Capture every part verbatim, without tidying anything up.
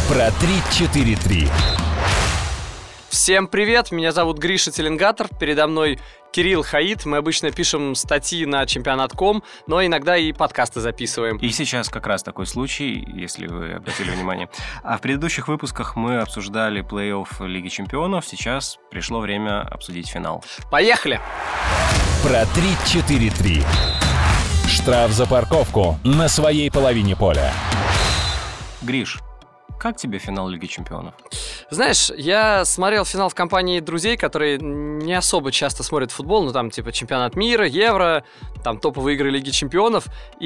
Про три четыре три. Всем привет, меня зовут Гриша Теленгатор, передо мной Кирилл Хаид. Мы обычно пишем статьи на чемпионат точка ком, но иногда и подкасты записываем. И сейчас как раз такой случай, если вы обратили внимание. А в предыдущих выпусках мы обсуждали плей-офф Лиги Чемпионов, сейчас пришло время обсудить финал. Поехали! Про три четыре три. Штраф за парковку на своей половине поля. Гриш, как тебе финал Лиги Чемпионов? Знаешь, я смотрел финал в компании друзей, которые не особо часто смотрят футбол, ну там типа чемпионат мира, Евро, там топовые игры Лиги Чемпионов,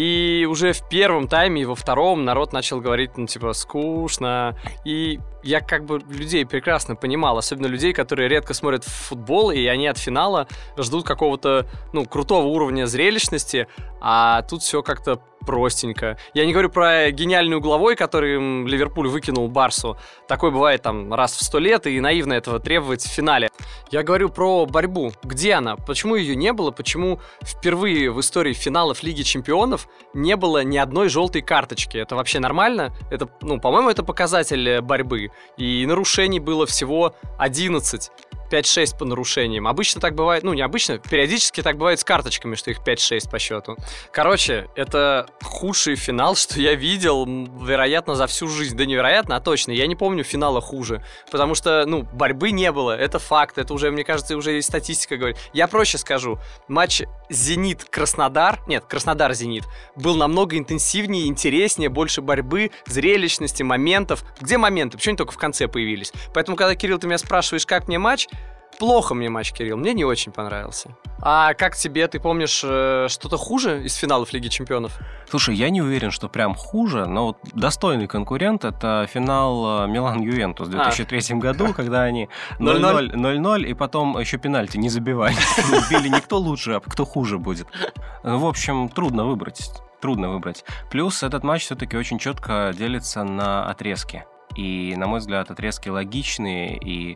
и уже в первом тайме и во втором народ начал говорить, ну типа, скучно, и я как бы людей прекрасно понимал, особенно людей, которые редко смотрят футбол, и они от финала ждут какого-то, ну, крутого уровня зрелищности, а тут все как-то простенько. Я не говорю про гениальный угловой, который Ливерпуль выкинул Барсу. Такой бывает там раз в сто лет, и наивно этого требовать в финале. Я говорю про борьбу. Где она? Почему ее не было? Почему впервые в истории финалов Лиги Чемпионов не было ни одной желтой карточки? Это вообще нормально? Это, ну, по-моему, это показатель борьбы. И нарушений было всего одиннадцать. пять-шесть по нарушениям. Обычно так бывает, ну не обычно, периодически так бывает с карточками, что их пять-шесть по счету. Короче, это худший финал, что я видел, вероятно, за всю жизнь. Да невероятно, а точно. Я не помню финала хуже. Потому что, ну, борьбы не было. Это факт. Это уже, мне кажется, уже и статистика говорит. Я проще скажу. Матч Зенит-Краснодар, нет, Краснодар-Зенит, был намного интенсивнее, интереснее, больше борьбы, зрелищности, моментов. Где моменты? Почему они только в конце появились? Поэтому, когда, Кирилл, ты меня спрашиваешь, как мне матч, плохо мне матч, Кирилл, мне не очень понравился. А как тебе, ты помнишь э, что-то хуже из финалов Лиги Чемпионов? Слушай, я не уверен, что прям хуже, но вот достойный конкурент — это финал Милан-Ювентус в две тысячи третьем а. году, когда они ноль-ноль, и потом еще пенальти не забивали. Били не кто лучше, а кто хуже будет. В общем, трудно выбрать, трудно выбрать. Плюс этот матч все-таки очень четко делится на отрезки. И, на мой взгляд, отрезки логичные, и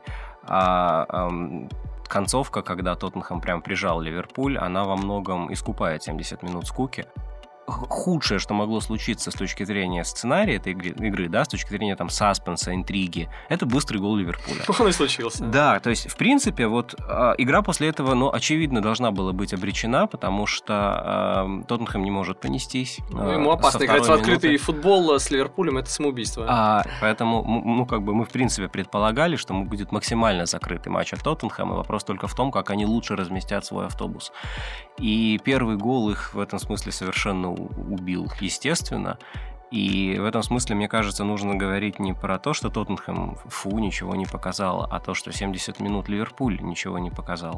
а, а, концовка, когда Тоттенхэм прям прижал Ливерпуль, она во многом искупает семьдесят минут скуки. Худшее, что могло случиться с точки зрения сценария этой игры, игры, да, с точки зрения там саспенса, интриги, это быстрый гол Ливерпуля. Он и случился. Да, то есть, в принципе, вот э, игра после этого, ну, очевидно, должна была быть обречена, потому что э, Тоттенхэм не может понестись. Э, ну, ему опасно играть в открытый минуты. Футбол с Ливерпулем, это самоубийство. А, поэтому, ну, как бы мы, в принципе, предполагали, что будет максимально закрытый матч от Тоттенхэма, вопрос только в том, как они лучше разместят свой автобус. И первый гол их в этом смысле совершенно убил, естественно. И в этом смысле, мне кажется, нужно говорить не про то, что Тоттенхэм, фу, ничего не показал, а то, что семьдесят минут Ливерпуль ничего не показал.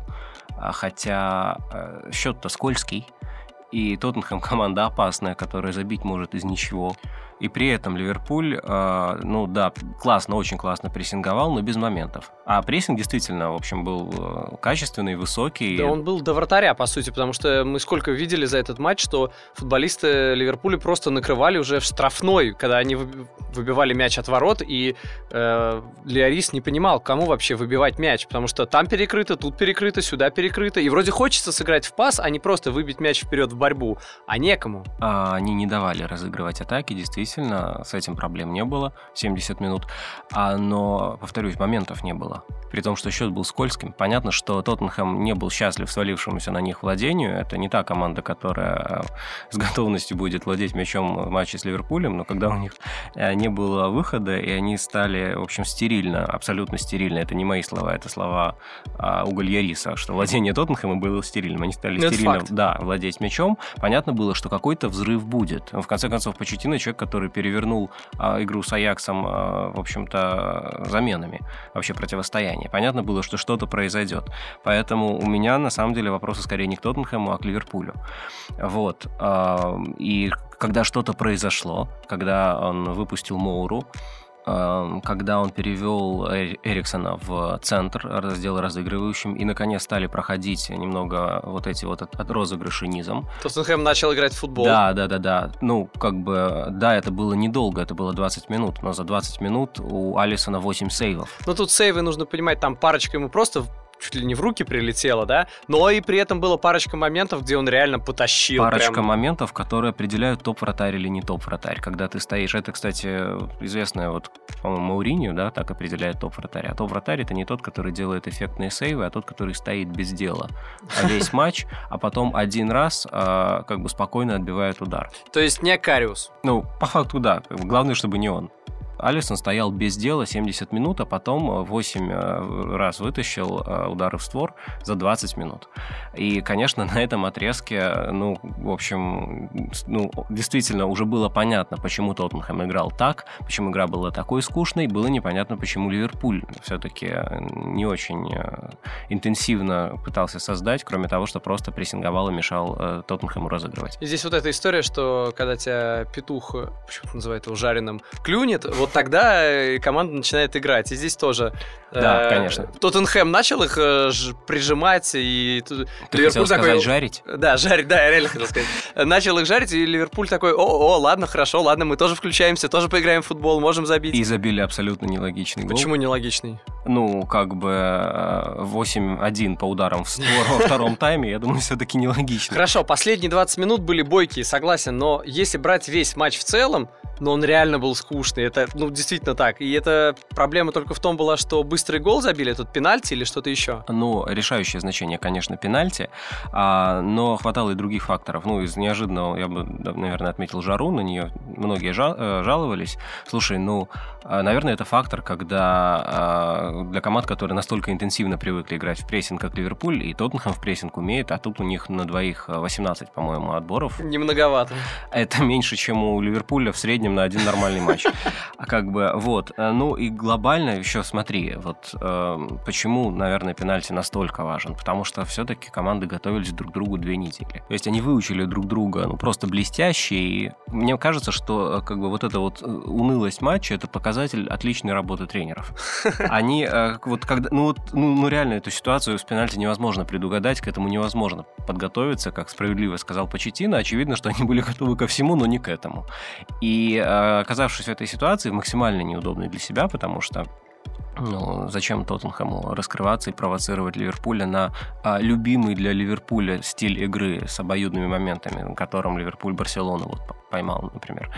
Хотя э, счет-то скользкий, и Тоттенхэм команда опасная, которая забить может из ничего. И при этом Ливерпуль, э, ну да, классно, очень классно прессинговал, но без моментов. А прессинг действительно, в общем, был качественный, высокий. Да, он был до вратаря, по сути, потому что мы сколько видели за этот матч, что футболисты Ливерпуля просто накрывали уже в штрафной, когда они выбивали мяч от ворот, и э, Лиорис не понимал, кому вообще выбивать мяч, потому что там перекрыто, тут перекрыто, сюда перекрыто, и вроде хочется сыграть в пас, а не просто выбить мяч вперед в борьбу, а некому. А, они не давали разыгрывать атаки, действительно. С этим проблем не было, семьдесят минут, а, но, повторюсь, моментов не было. При том, что счет был скользким. Понятно, что Тоттенхэм не был счастлив свалившемуся на них владению. Это не та команда, которая с готовностью будет владеть мячом в матче с Ливерпулем, но когда у них не было выхода, и они стали, в общем, стерильно, абсолютно стерильно. Это не мои слова, это слова Уго Льориса, что владение Тоттенхэма было стерильным. Они стали это стерильно факт. Да, владеть мячом. Понятно было, что какой-то взрыв будет. В конце концов, Почеттино — человек, который перевернул а, игру с Аяксом, а, в общем-то, заменами, вообще противостояние. Понятно было, что что-то произойдет. Поэтому у меня, на самом деле, вопросы скорее не к Тоттенхэму, а к Ливерпулю. Вот. А, и когда что-то произошло, когда он выпустил Моуру, когда он перевел Эриксона в центр, раздел разыгрывающим, и, наконец, стали проходить немного вот эти вот от, от розыгрыши низом. Тоттенхэм начал играть в футбол. Да, да, да, да. Ну, как бы, да, это было недолго, это было двадцать минут, но за двадцать минут у Алисона восемь сейвов. Ну, тут сейвы, нужно понимать, там парочка ему просто чуть ли не в руки прилетела, да, но и при этом было парочка моментов, где он реально потащил. Парочка прям... моментов, которые определяют топ-вратарь или не топ-вратарь. Когда ты стоишь, это, кстати, известная вот, по-моему, Мауриньо, да, так определяет топ-вратарь. А топ-вратарь — это не тот, который делает эффектные сейвы, а тот, который стоит без дела а весь матч, а потом один раз а, как бы спокойно отбивает удар. То есть не Кариус? Ну, по факту, да. Главное, чтобы не он. Алисон стоял без дела семьдесят минут, а потом восемь раз вытащил удары в створ за двадцать минут. И, конечно, на этом отрезке, ну, в общем, ну, действительно уже было понятно, почему Тоттенхэм играл так, почему игра была такой скучной, было непонятно, почему Ливерпуль все-таки не очень интенсивно пытался создать, кроме того, что просто прессинговал и мешал Тоттенхэму разыгрывать. И здесь вот эта история, что когда тебя петух, почему-то называют его жареным, клюнет, вот тогда команда начинает играть. И здесь тоже. Да, э, конечно. Тоттенхэм начал их э, ж, прижимать, и Ты Ливерпуль хотел сказать такой, жарить? Да, жарить, да, я реально хотел сказать. Начал их жарить, и Ливерпуль такой: о, о, ладно, хорошо, ладно, мы тоже включаемся, тоже поиграем в футбол, можем забить. И забили абсолютно нелогичный гол. Почему нелогичный? Ну, как бы восемь один по ударам в створ во втором тайме, я думаю, все-таки нелогично. Хорошо, последние двадцать минут были бойкие, согласен, но если брать весь матч в целом, но он реально был скучный, это, ну, действительно так. И эта проблема только в том была, что быстрый гол забили, тут пенальти или что-то еще? Ну, решающее значение, конечно, пенальти, а, но хватало и других факторов. Ну, из неожиданного, я бы, наверное, отметил жару, на нее многие жал- жаловались. Слушай, ну, наверное, это фактор, когда для команд, которые настолько интенсивно привыкли играть в прессинг, как Ливерпуль, и Тоттенхэм в прессинг умеет, а тут у них на двоих восемнадцать, по-моему, отборов. Немноговато. Это меньше, чем у Ливерпуля в среднем на один нормальный матч. А как бы, вот. Ну и глобально еще смотри, вот э, почему, наверное, пенальти настолько важен. Потому что все-таки команды готовились друг к другу две недели. То есть они выучили друг друга, ну, просто блестяще. И мне кажется, что как бы вот эта вот унылость матча — это показатель отличной работы тренеров. Они э, вот когда, ну вот, ну, ну реально эту ситуацию с пенальти невозможно предугадать, к этому невозможно подготовиться, как справедливо сказал Почеттино. Очевидно, что они были готовы ко всему, но не к этому. И оказавшись в этой ситуации, максимально неудобной для себя, потому что ну, зачем Тоттенхэму раскрываться и провоцировать Ливерпуля на а, любимый для Ливерпуля стиль игры с обоюдными моментами, на котором Ливерпуль Барселону вот поймал, например.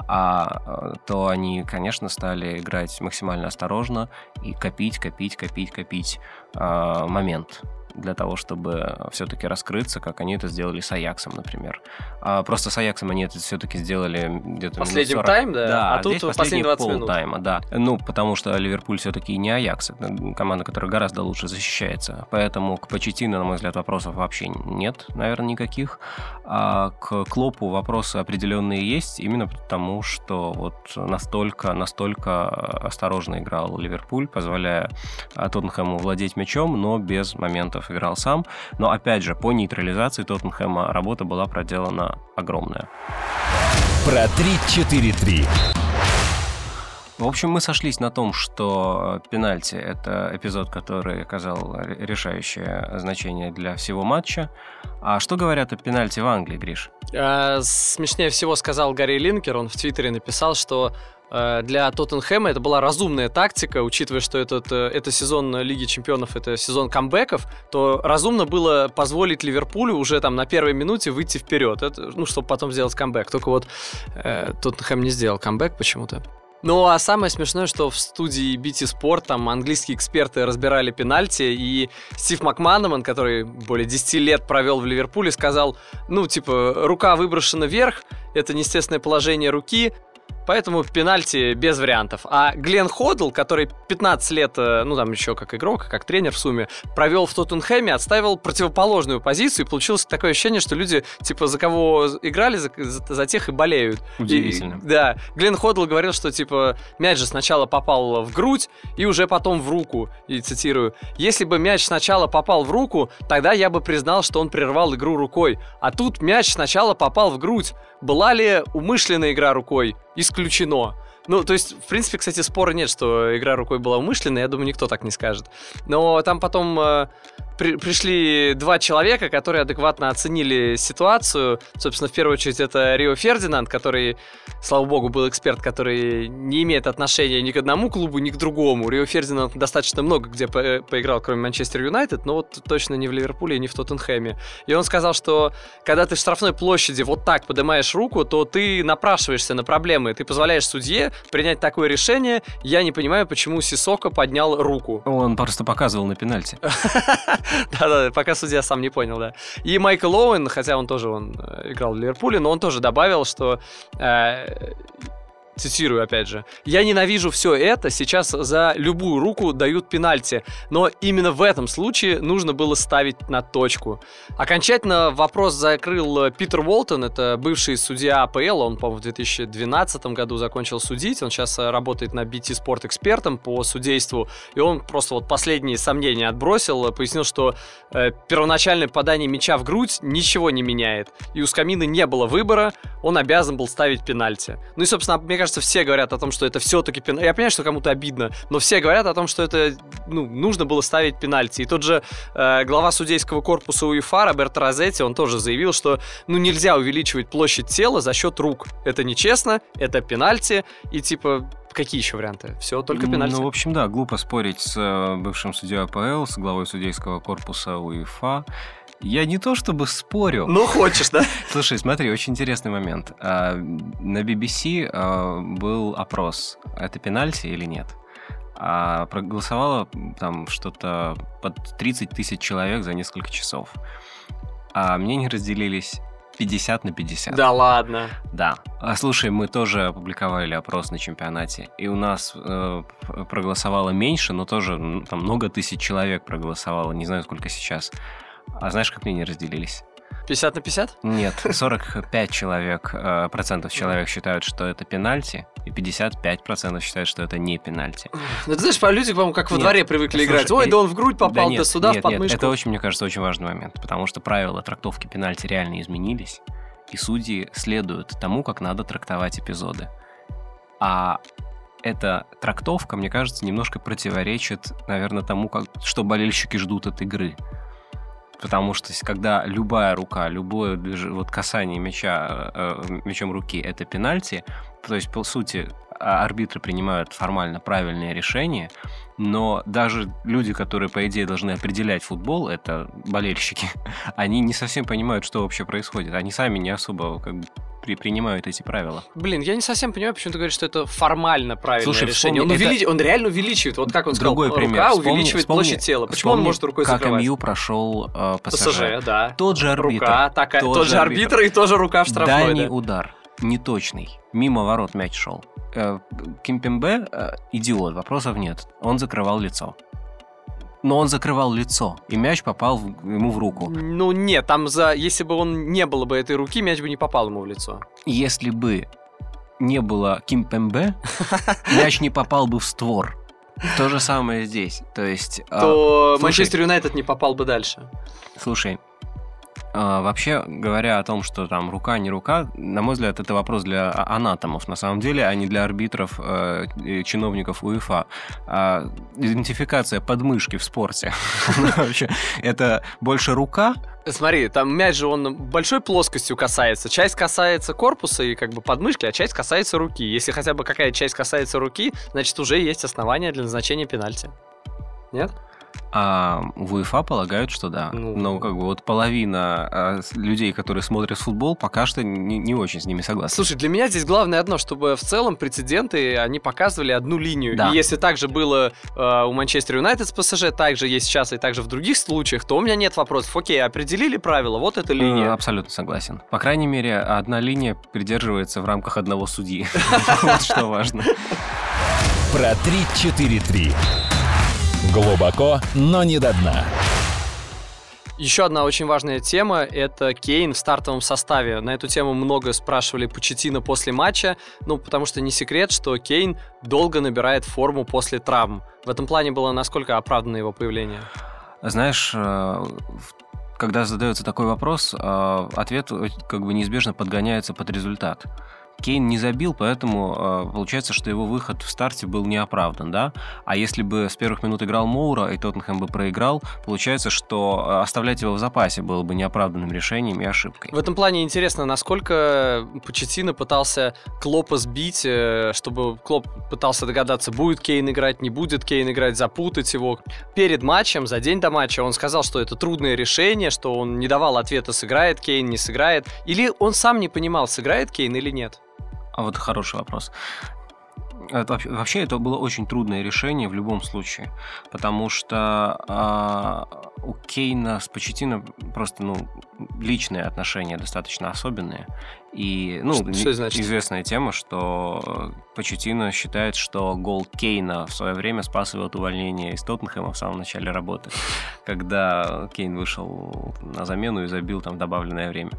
А то они, конечно, стали играть максимально осторожно и копить, копить, копить, копить а, момент для того, чтобы все-таки раскрыться, как они это сделали с Аяксом, например. А просто с Аяксом они это все-таки сделали где-то последний минут сорок. тайм, да? Да, а тут последние двадцать минут. Тайма, да. Ну, потому что Ливерпуль все-таки не Аякс, это команда, которая гораздо лучше защищается. Поэтому к Почеттино, на мой взгляд, вопросов вообще нет, наверное, никаких. А к Клопу вопросы определенные есть, именно потому, что вот настолько, настолько осторожно играл Ливерпуль, позволяя Тоттенхэму владеть мячом, но без моментов играл сам. Но, опять же, по нейтрализации Тоттенхэма работа была проделана огромная. Про три четыре три. В общем, мы сошлись на том, что пенальти — это эпизод, который оказал решающее значение для всего матча. А что говорят о пенальти в Англии, Гриш? А, смешнее всего сказал Гарри Линкер. Он в Твиттере написал, что для Тоттенхэма это была разумная тактика, учитывая, что этот, это сезон Лиги Чемпионов, это сезон камбэков, то разумно было позволить Ливерпулю уже там на первой минуте выйти вперед, это, ну, чтобы потом сделать камбэк. Только вот э, Тоттенхэм не сделал камбэк почему-то. Ну, а самое смешное, что в студии би ти Sport там английские эксперты разбирали пенальти, и Стив Макманаман, который более десять лет провел в Ливерпуле, сказал, ну, типа, рука выброшена вверх, это неестественное положение руки, поэтому пенальти без вариантов. А Глен Ходл, который пятнадцать лет, ну там еще как игрок, как тренер в сумме, провел в Тоттенхэме, отставил противоположную позицию, и получилось такое ощущение, что люди, типа, за кого играли, за, за, за тех и болеют. Удивительно. И, да. Глен Ходл говорил, что, типа, мяч же сначала попал в грудь и уже потом в руку. И цитирую: «Если бы мяч сначала попал в руку, тогда я бы признал, что он прервал игру рукой. А тут мяч сначала попал в грудь. Была ли умышленная игра рукой? Исключено». Ну, то есть, в принципе, кстати, спора нет, что игра рукой была умышленная, я думаю, никто так не скажет. Но там потом э, при, пришли два человека, которые адекватно оценили ситуацию. Собственно, в первую очередь, это Рио Фердинанд, который, слава богу, был эксперт, который не имеет отношения ни к одному клубу, ни к другому. Рио Фердинанд достаточно много где по- поиграл, кроме Манчестер Юнайтед, но вот точно не в Ливерпуле и не в Тоттенхэме. И он сказал, что когда ты в штрафной площади вот так поднимаешь руку, то ты напрашиваешься на проблемы. Ты позволяешь судье принять такое решение. Я не понимаю, почему Сиссоко поднял руку. Он просто показывал на пенальти. Да-да, пока судья сам не понял, да. И Майкл Оуэн, хотя он тоже он играл в Ливерпуле, но он тоже добавил, что... Э, цитирую опять же: «Я ненавижу все это, сейчас за любую руку дают пенальти, но именно в этом случае нужно было ставить на точку». Окончательно вопрос закрыл Питер Уолтон, это бывший судья АПЛ, он, по-моему, в две тысячи двенадцатом году закончил судить, он сейчас работает на би ти Sport экспертом по судейству, и он просто вот последние сомнения отбросил, пояснил, что э, первоначальное подание мяча в грудь ничего не меняет, и у Скамины не было выбора, он обязан был ставить пенальти. Ну и, собственно, мне кажется, все говорят о том, что это все-таки пенальти. Я понимаю, что кому-то обидно, но все говорят о том, что это, ну, нужно было ставить пенальти. И тот же э, глава судейского корпуса УЕФА Роберто Розетти, он тоже заявил, что, ну, нельзя увеличивать площадь тела за счет рук. Это нечестно, это пенальти, и типа... Какие еще варианты? Все, только пенальти. Ну, в общем, да, глупо спорить с э, бывшим судьей АПЛ, с главой судейского корпуса УЕФА. Я не то чтобы спорю. Ну, хочешь, да? Слушай, смотри, очень интересный момент. А, на би би си а, был опрос, это пенальти или нет. А проголосовало там что-то под тридцать тысяч человек за несколько часов. А мнения разделились пятьдесят на пятьдесят. Да ладно. Да. А, слушай, мы тоже опубликовали опрос на чемпионате, и у нас э, проголосовало меньше, но тоже ну, там много тысяч человек проголосовало, не знаю, сколько сейчас. А знаешь, как мнения разделились? пятьдесят на пятьдесят? Нет, сорок пять человек, э, процентов человек считают, что это пенальти, и пятьдесят пять процентов считают, что это не пенальти. Ну, ты знаешь, по люди, по-моему, как во Нет, дворе привыкли слушай, играть. Ой, и... да он в грудь попал, да, нет, да сюда, нет, в подмышку. Нет, это очень, мне кажется, очень важный момент, потому что правила трактовки пенальти реально изменились, и судьи следуют тому, как надо трактовать эпизоды. А эта трактовка, мне кажется, немножко противоречит, наверное, тому, как... что болельщики ждут от игры. Потому что когда любая рука, любое вот касание мяча, э, мячом руки — это пенальти, то есть, по сути, арбитры принимают формально правильное решение, но даже люди, которые, по идее, должны определять футбол, это болельщики, они не совсем понимают, что вообще происходит. Они сами не особо как бы при, принимают эти правила. Блин, я не совсем понимаю, почему ты говоришь, что это формально правильное Слушай, решение. Вспомни, он, это... увелич... он реально увеличивает, вот как он сказал, Другой рука пример. Вспомни, увеличивает вспомни, площадь тела. Почему вспомни, он может рукой как закрывать? эм ю прошел э, ПСЖ. ПСЖ, да. Тот же арбитр. Рука, такая, тот, тот же арбитр, арбитр и тоже рука в штрафной. Дальний да. удар, неточный, мимо ворот мяч шел. Э, Кимпембе э, идиот, вопросов нет. Он закрывал лицо. Но он закрывал лицо, и мяч попал в, ему в руку. Ну нет, там за, если бы он не было бы этой руки, мяч бы не попал ему в лицо. Если бы не было Кимпембе, мяч не попал бы в створ. То же самое здесь. То есть... То э, Манчестер Юнайтед не попал бы дальше. Слушай, Uh, вообще, говоря о том, что там рука, не рука, на мой взгляд, это вопрос для анатомов, на самом деле, а не для арбитров, э, чиновников УЕФА. Uh, идентификация подмышки в спорте, это больше рука? Смотри, там мяч же он большой плоскостью касается. Часть касается корпуса и как бы подмышки, а часть касается руки. Если хотя бы какая часть касается руки, значит, уже есть основания для назначения пенальти. Нет? А в УЕФА полагают, что да. Ну, но как бы вот половина а, людей, которые смотрят футбол, пока что не, не очень с ними согласны. Слушай, для меня здесь главное одно, чтобы в целом прецеденты, они показывали одну линию. Да. И если так же было э, у Манчестер Юнайтед с ПСЖ, так же есть сейчас и так же в других случаях, то у меня нет вопросов. Окей, определили правила, вот эта линия. Ну, абсолютно согласен. По крайней мере, одна линия придерживается в рамках одного судьи. Вот что важно. Про три четыре три. Глубоко, но не до дна. Еще одна очень важная тема – это Кейн в стартовом составе. На эту тему много спрашивали Почеттино после матча, ну, потому что не секрет, что Кейн долго набирает форму после травм. В этом плане было насколько оправдано его появление? Знаешь, когда задается такой вопрос, ответ как бы неизбежно подгоняется под результат. Кейн не забил, поэтому получается, что его выход в старте был неоправдан, да? А если бы с первых минут играл Моура, и Тоттенхэм бы проиграл, получается, что оставлять его в запасе было бы неоправданным решением и ошибкой. В этом плане интересно, насколько Почеттино пытался Клопа сбить, чтобы Клоп пытался догадаться, будет Кейн играть, не будет Кейн играть, запутать его. Перед матчем, за день до матча, он сказал, что это трудное решение, что он не давал ответа, сыграет Кейн, не сыграет. Или он сам не понимал, сыграет Кейн или нет? А вот хороший вопрос. Это, вообще, это было очень трудное решение в любом случае, потому что а, у Кейна с Почеттино просто, ну, личные отношения достаточно особенные. И, ну, что, что значит? Известная тема, что Почеттино считает, что гол Кейна в свое время спас его от увольнения из Тоттенхэма в самом начале работы, когда Кейн вышел на замену и забил там добавленное время.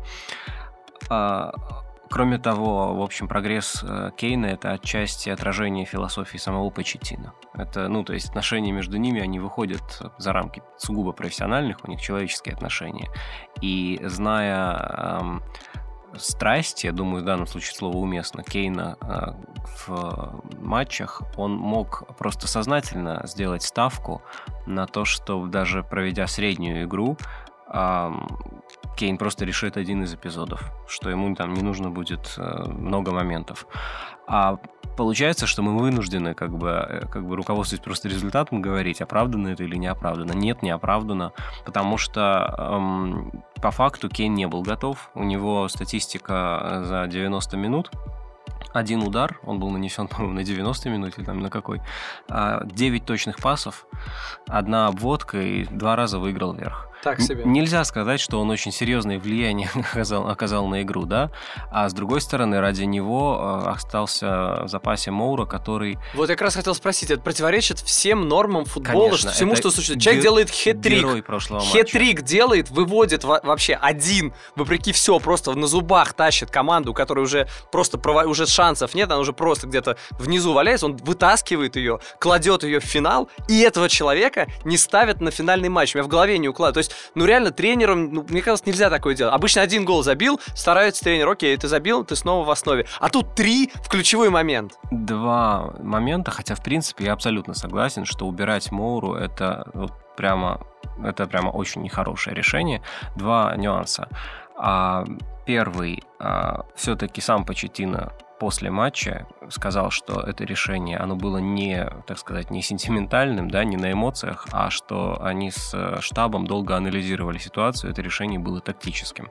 А, Кроме того, в общем, прогресс Кейна — это отчасти отражение философии самого Почеттино. Это, ну, то есть отношения между ними, они выходят за рамки сугубо профессиональных, у них человеческие отношения. И зная эм, страсти, я думаю, в данном случае слово уместно, Кейна э, в матчах, он мог просто сознательно сделать ставку на то, что даже проведя среднюю игру, эм, Кейн просто решит один из эпизодов, что ему там не нужно будет э, много моментов. А получается, что мы вынуждены как бы, как бы руководствуясь просто результатом говорить, оправдано это или не оправдано. Нет, не оправдано, потому что эм, по факту Кейн не был готов. У него статистика за девяносто минут. Один удар, он был нанесен, по-моему, на девяностой минуте, там, на какой. девять точных пасов, одна обводка и два раза выиграл вверх. Так себе. Н- нельзя сказать, что он очень серьезное влияние оказал, оказал на игру, да? А с другой стороны, ради него остался в запасе Моура, который... Вот я как раз хотел спросить, это противоречит всем нормам футбола, Конечно, всему, что существует. Человек ге- делает хет-трик. Герой прошлого матча. Хет-трик делает, выводит во- вообще один, вопреки все, просто на зубах тащит команду, у которой уже просто пров... уже шансов нет, она уже просто где-то внизу валяется, он вытаскивает ее, кладет ее в финал, и этого человека не ставят на финальный матч. У меня в голове не укладывает. То есть, ну реально, тренерам, ну, мне кажется, нельзя такое делать. Обычно один гол забил, старается тренер, окей, ты забил, ты снова в основе. А тут три в ключевой момент. Два момента, хотя, в принципе, я абсолютно согласен, что убирать Моуру — это вот прямо, это прямо очень нехорошее решение. Два нюанса. А, первый, а, все-таки сам Почеттино после матча сказал, что это решение, оно было не, так сказать, не сентиментальным, да, не на эмоциях, а что они с штабом долго анализировали ситуацию, это решение было тактическим.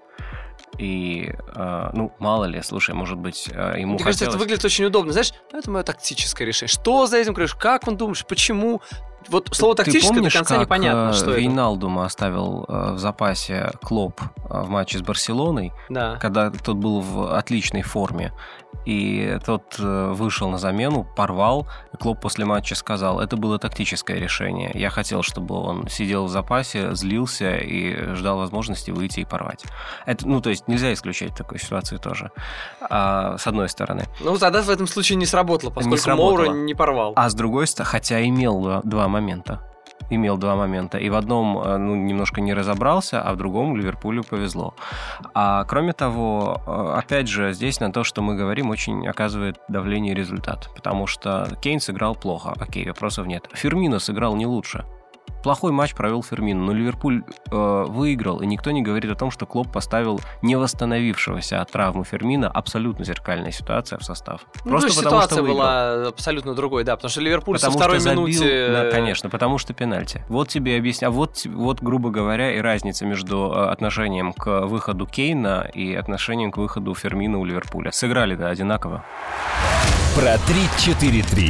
И, э, ну, мало ли, слушай, может быть, э, ему Мне хотелось... кажется, это выглядит очень удобно. Знаешь, это мое тактическое решение. Что за этим, говоришь? Как он думаешь? Почему? Вот слово «тактическое» до конца непонятно, что это. Вейналдума оставил э, в запасе Клоп э, в матче с Барселоной, Да. когда тот был в отличной форме, и тот э, вышел на замену, порвал, и Клоп после матча сказал, это было тактическое решение. Я хотел, чтобы он сидел в запасе, злился и ждал возможности выйти и порвать. Это, ну, то есть нельзя исключать такой ситуации тоже, а, с одной стороны. Ну, тогда в этом случае не сработало, поскольку Не сработало. Моура не порвал. А с другой стороны, хотя имел два, два момента. Имел два момента. И в одном, ну, немножко не разобрался, а в другом Ливерпулю повезло. А кроме того, опять же, здесь на то, что мы говорим, очень оказывает давление результат. Потому что Кейн сыграл плохо. Окей, вопросов нет. Фермино сыграл не лучше. Плохой матч провел Фермино, но Ливерпуль э, выиграл, и никто не говорит о том, что Клоп поставил не восстановившегося от травмы Фермино, абсолютно зеркальная ситуация в состав. Ну, Просто то есть потому, ситуация что была абсолютно другой, да, потому что Ливерпуль потому со второй что забил, минуте... да, конечно, потому что пенальти. Вот тебе объясню. А вот, вот, грубо говоря, и разница между отношением к выходу Кейна и отношением к выходу Фермино у Ливерпуля. Сыграли, да, одинаково. Про три четыре три.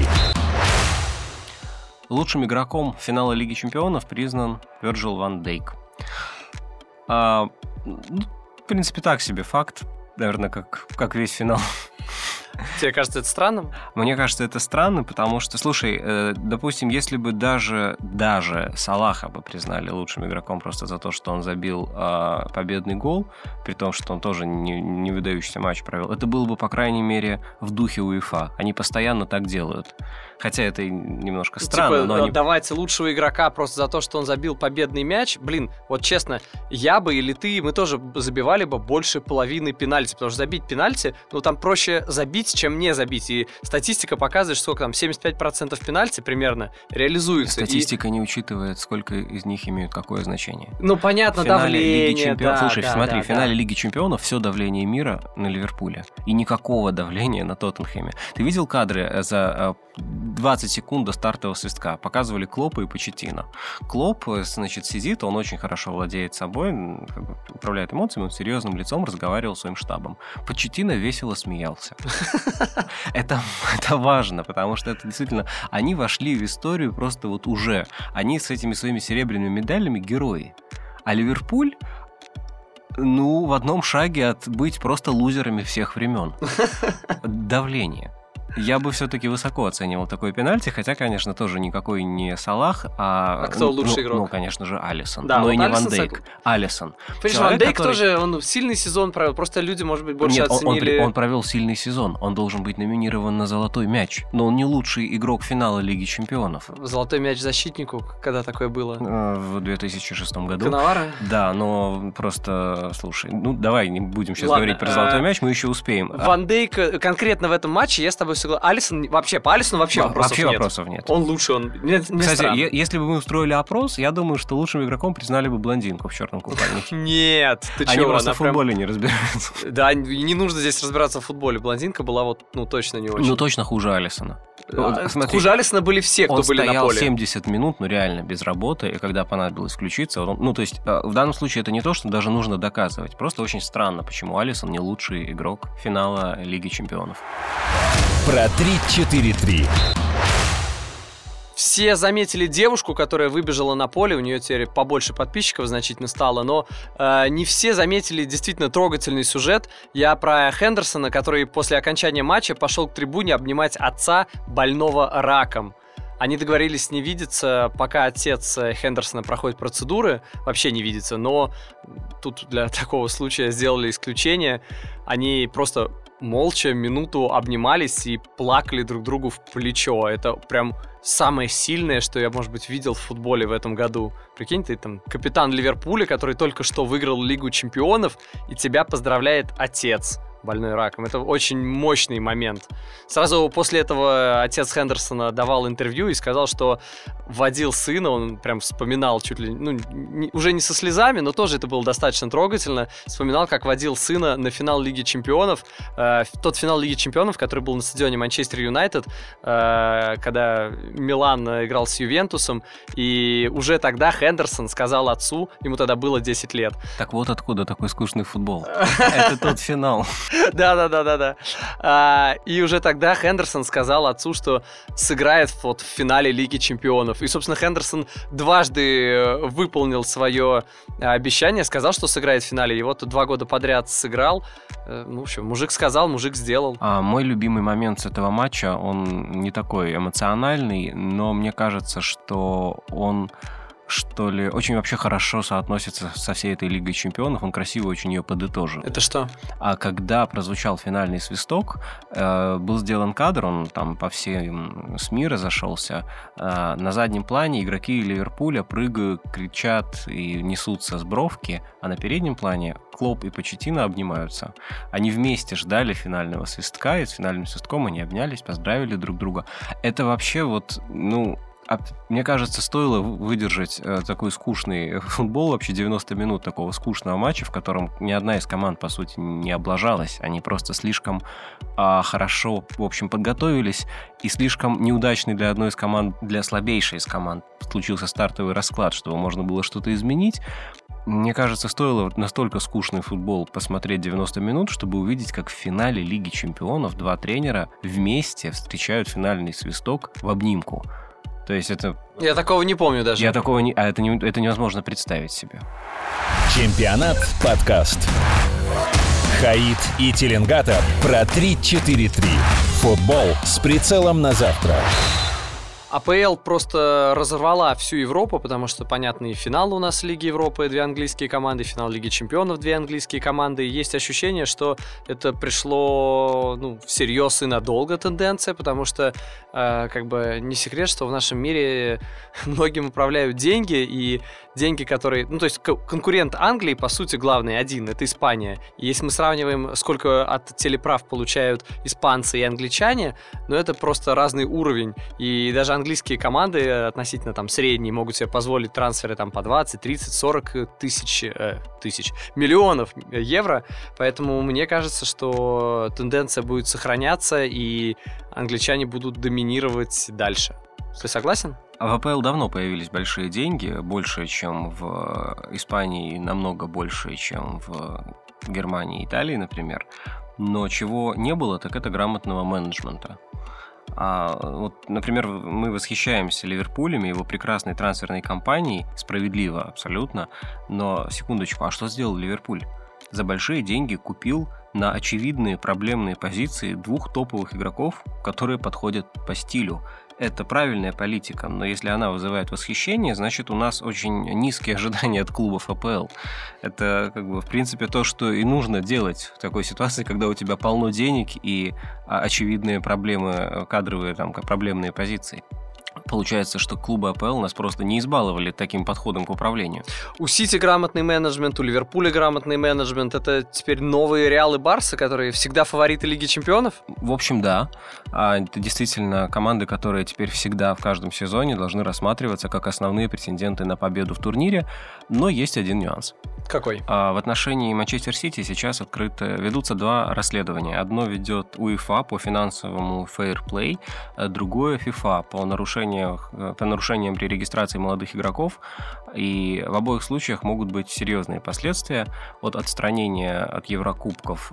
Лучшим игроком финала Лиги Чемпионов признан Вирджил ван Дейк. А, ну, в принципе, так себе факт. Наверное, как, как весь финал. Тебе кажется это странным? Мне кажется, это странно, потому что, слушай, э, допустим, если бы даже, даже Салаха бы признали лучшим игроком просто за то, что он забил э, победный гол, при том, что он тоже не, не выдающийся матч провел, это было бы, по крайней мере, в духе УЕФА. Они постоянно так делают. Хотя это немножко странно, типа, но они... давайте лучшего игрока просто за то, что он забил победный мяч. Блин, вот честно, я бы или ты, мы тоже забивали бы больше половины пенальти, потому что забить пенальти, ну, там проще забить, чем не забить. И статистика показывает, что сколько там, семьдесят пять процентов пенальти примерно реализуется. Статистика и... не учитывает, сколько из них имеют какое значение. Ну, понятно, давление. Лиги Чемпион... Да, Слушай, да, смотри, да, в финале да. Лиги Чемпионов все давление мира на Ливерпуле. И никакого давления на Тоттенхэме. Ты видел кадры за двадцать секунд до стартового свистка? Показывали Клопа и Почеттино. Клоп, значит, сидит, он очень хорошо владеет собой, как бы управляет эмоциями, он серьезным лицом разговаривал с своим штабом. Почеттино весело смеялся. Это, это важно, потому что это действительно... Они вошли в историю просто вот уже. Они с этими своими серебряными медалями герои. А Ливерпуль... Ну, в одном шаге от быть просто лузерами всех времен. Давление. Я бы все-таки высоко оценивал такой пенальти, хотя, конечно, тоже никакой не Салах, а... А кто лучший ну, игрок? Ну, конечно же, Алисон. Да, но вот и не Алисон Ван Дейк. сог... Алисон. Понимаешь, Ван Дейк который... тоже, он сильный сезон провел, просто люди, может быть, больше Нет, оценили... Он, он, он провел сильный сезон, он должен быть номинирован на золотой мяч, но он не лучший игрок финала Лиги Чемпионов. Золотой мяч защитнику, когда такое было? В две тысячи шестом году. Коновара? Да, но просто, слушай, ну давай не будем сейчас Ладно, говорить про золотой а... мяч, мы еще успеем. Ван Дейк конкретно в этом матче, я с тобой согласен. Алисон, вообще, по Алисону вообще Во- вопросов вообще нет. вопросов нет. Он лучше, он... Мне, мне Кстати, странно. е- если бы мы устроили опрос, я думаю, что лучшим игроком признали бы блондинку в черном купальнике. Нет, ты Они чего? просто она в прям- футболе не разбираются. Да, и не нужно здесь разбираться в футболе. Блондинка была вот, ну, точно не очень. Ну, точно хуже Алисона. А, Смотри, хуже Алисона были все, кто Он были на стоял поле. семьдесят минут, ну реально, без работы, и когда понадобилось включиться, он- ну то есть э, в данном случае это не то, что даже нужно доказывать, просто очень странно, почему Алисон не лучший игрок финала Лиги Чемпионов. Про три четыре три. Все заметили девушку, которая выбежала на поле, у нее теперь побольше подписчиков значительно стало, но э, не все заметили действительно трогательный сюжет. Я про Хендерсона, который после окончания матча пошел к трибуне обнимать отца, больного раком. Они договорились не видеться, пока отец Хендерсона проходит процедуры, вообще не видится, но тут для такого случая сделали исключение. Они просто молча минуту обнимались и плакали друг другу в плечо. Это прям самое сильное, что я, может быть, видел в футболе в этом году. Прикинь, ты там капитан Ливерпуля, который только что выиграл Лигу Чемпионов, и тебя поздравляет отец, больной раком. Это очень мощный момент. Сразу после этого отец Хендерсона давал интервью и сказал, что водил сына, он прям вспоминал чуть ли, ну, не, уже не со слезами, но тоже это было достаточно трогательно. Вспоминал, как водил сына на финал Лиги Чемпионов. Э, тот финал Лиги Чемпионов, который был на стадионе Манчестер Юнайтед, э, когда Милан играл с Ювентусом, и уже тогда Хендерсон сказал отцу, ему тогда было десять лет. Так вот откуда такой скучный футбол. Это тот финал. Да-да-да-да-да. И уже тогда Хендерсон сказал отцу, что сыграет вот в финале Лиги Чемпионов. И, собственно, Хендерсон дважды выполнил свое обещание, сказал, что сыграет в финале. И вот два года подряд сыграл. Ну, в общем, мужик сказал, мужик сделал. А мой любимый момент с этого матча, он не такой эмоциональный, но мне кажется, что он... что ли, очень вообще хорошо соотносится со всей этой Лигой Чемпионов, он красиво очень ее подытожил. Это что? А когда прозвучал финальный свисток, э, был сделан кадр, он там по всем СМИ разошелся, э, на заднем плане игроки Ливерпуля прыгают, кричат и несутся с бровки, а на переднем плане Клоп и Почеттино обнимаются. Они вместе ждали финального свистка, и с финальным свистком они обнялись, поздравили друг друга. Это вообще вот, ну... А мне кажется, стоило выдержать э, такой скучный футбол, вообще девяносто минут такого скучного матча, в котором ни одна из команд, по сути, не облажалась. Они просто слишком э, хорошо, в общем, подготовились, и слишком неудачный для одной из команд, для слабейшей из команд случился стартовый расклад, чтобы можно было что-то изменить. Мне кажется, стоило настолько скучный футбол посмотреть девяносто минут, чтобы увидеть, как в финале Лиги Чемпионов два тренера вместе встречают финальный свисток в обнимку. То есть это... Я такого не помню даже. Я такого не... А это, не... это невозможно представить себе. Чемпионат подкаст. Хаид и Теленгатор про три четыре три. Футбол с прицелом на завтра. АПЛ просто разорвала всю Европу, потому что, понятно, и финал у нас Лиги Европы, две английские команды, финал Лиги Чемпионов, две английские команды. И есть ощущение, что это пришло, ну, всерьез и надолго тенденция, потому что, э, как бы, не секрет, что в нашем мире многим управляют деньги, и деньги, которые... Ну, то есть конкурент Англии, по сути, главный один, это Испания. И если мы сравниваем, сколько от телеправ получают испанцы и англичане, ну, это просто разный уровень. И даже английские команды относительно там средние могут себе позволить трансферы там по двадцать, тридцать, сорок тысяч, э, тысяч, миллионов евро. Поэтому мне кажется, что тенденция будет сохраняться, и англичане будут доминировать дальше. Ты согласен? В АПЛ давно появились большие деньги, больше, чем в Испании, и намного больше, чем в Германии и Италии, например. Но чего не было, так это грамотного менеджмента. А, вот, например, мы восхищаемся Ливерпулем и его прекрасной трансферной кампанией, справедливо абсолютно, но, секундочку, а что сделал Ливерпуль? За большие деньги купил на очевидные проблемные позиции двух топовых игроков, которые подходят по стилю. Это правильная политика, но если она вызывает восхищение, значит, у нас очень низкие ожидания от клубов АПЛ. Это, как бы, в принципе, то, что и нужно делать в такой ситуации, когда у тебя полно денег и очевидные проблемы, кадровые, там, проблемные позиции. Получается, что клубы АПЛ нас просто не избаловали таким подходом к управлению. У Сити грамотный менеджмент, у Ливерпуля грамотный менеджмент. Это теперь новые Реал и Барса, которые всегда фавориты Лиги Чемпионов? В общем, да. Это действительно команды, которые теперь всегда в каждом сезоне должны рассматриваться как основные претенденты на победу в турнире. Но есть один нюанс. Какой? В отношении Манчестер Сити сейчас открыто ведутся два расследования. Одно ведет УЕФА по финансовому фейрплей, другое ФИФА по нарушениям, по нарушениям при регистрации молодых игроков. И в обоих случаях могут быть серьезные последствия, от отстранения от Еврокубков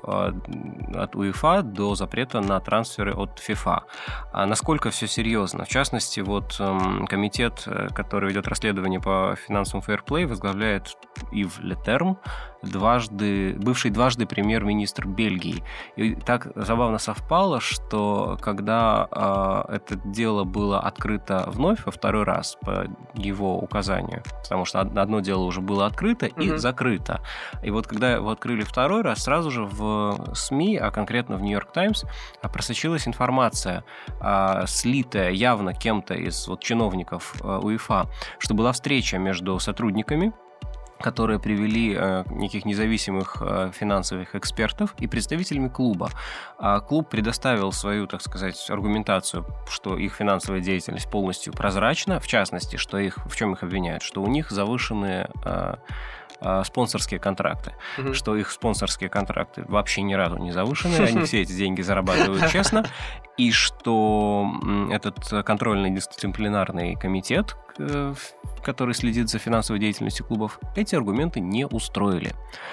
от УЕФА до запрета на трансферы от ФИФА. А насколько все серьезно? В частности, вот комитет, который ведет расследование по финансовому фейрплей, возглавляет Ив Летерм, дважды, бывший дважды премьер-министр Бельгии. И так забавно совпало, что когда э, это дело было открыто вновь во второй раз по его указанию, потому что одно дело уже было открыто и mm-hmm. закрыто. И вот когда его открыли второй раз, сразу же в СМИ, а конкретно в Нью-Йорк Таймс, просочилась информация, э, слитая явно кем-то из вот, чиновников э, УЕФА, что была встреча между сотрудниками, которые привели э, неких независимых э, финансовых экспертов и представителями клуба. А клуб предоставил свою, так сказать, аргументацию, что их финансовая деятельность полностью прозрачна, в частности, что их, в чем их обвиняют, что у них завышенные э, э, спонсорские контракты, mm-hmm. что их спонсорские контракты вообще ни разу не завышены, они все эти деньги зарабатывают честно, и что этот контрольно-дисциплинарный комитет, который следит за финансовой деятельностью клубов, эти аргументы не устроили.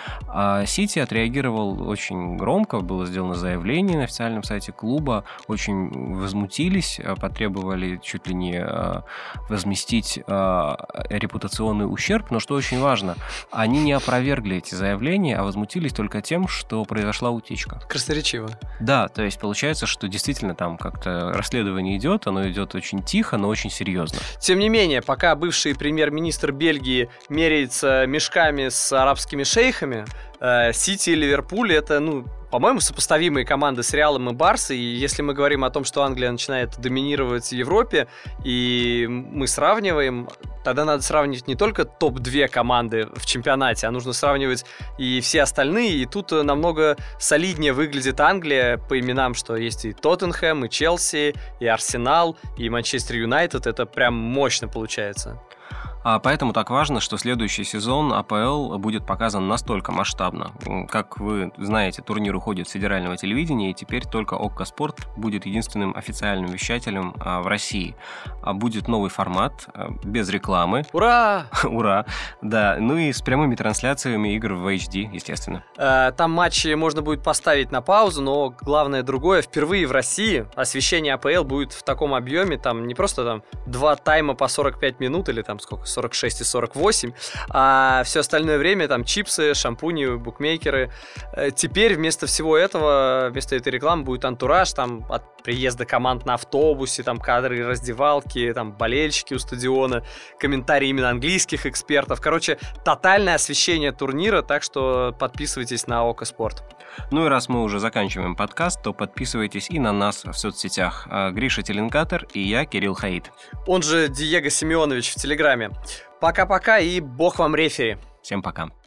А Сити отреагировал очень громко, было сделано заявление на официальном сайте клуба, очень возмутились, потребовали чуть ли не возместить репутационный ущерб, но что очень важно, они не опровергли эти заявления, а возмутились только тем, что произошла утечка. Красноречиво. Да, то есть получается, что действительно там как-то расследование идет, оно идет очень тихо, но очень серьезно. Тем не менее, пока бывший премьер-министр Бельгии меряется мешками с арабскими шейхами, Сити и Ливерпуль — это, ну, по-моему, сопоставимые команды с Реалом и Барсой. И если мы говорим о том, что Англия начинает доминировать в Европе, и мы сравниваем, тогда надо сравнивать не только топ два команды в чемпионате, а нужно сравнивать и все остальные. И тут намного солиднее выглядит Англия по именам, что есть и Тоттенхэм, и Челси, и Арсенал, и Манчестер Юнайтед. Это прям мощно получается. А поэтому так важно, что следующий сезон АПЛ будет показан настолько масштабно. Как вы знаете, турнир уходит с федерального телевидения, и теперь только ОККО Спорт будет единственным официальным вещателем в России. Будет новый формат, без рекламы. Ура! Ура! Да, ну и с прямыми трансляциями игр в эйч ди, естественно. Там матчи можно будет поставить на паузу, но главное другое, впервые в России освещение АПЛ будет в таком объеме, там не просто там два тайма по сорок пять минут или там сколько, сорок шесть и сорок восемь, а все остальное время там чипсы, шампуни, букмекеры. Теперь вместо всего этого, вместо этой рекламы будет антураж, там от приезда команд на автобусе, там кадры раздевалки, там болельщики у стадиона, комментарии именно английских экспертов. Короче, тотальное освещение турнира, так что подписывайтесь на ОКО Спорт. Ну и раз мы уже заканчиваем подкаст, то подписывайтесь и на нас в соцсетях. Гриша Теленгатор и я, Кирилл Хаид. Он же Диего Семенович в Телеграме. Пока-пока и бог вам рефери. Всем пока.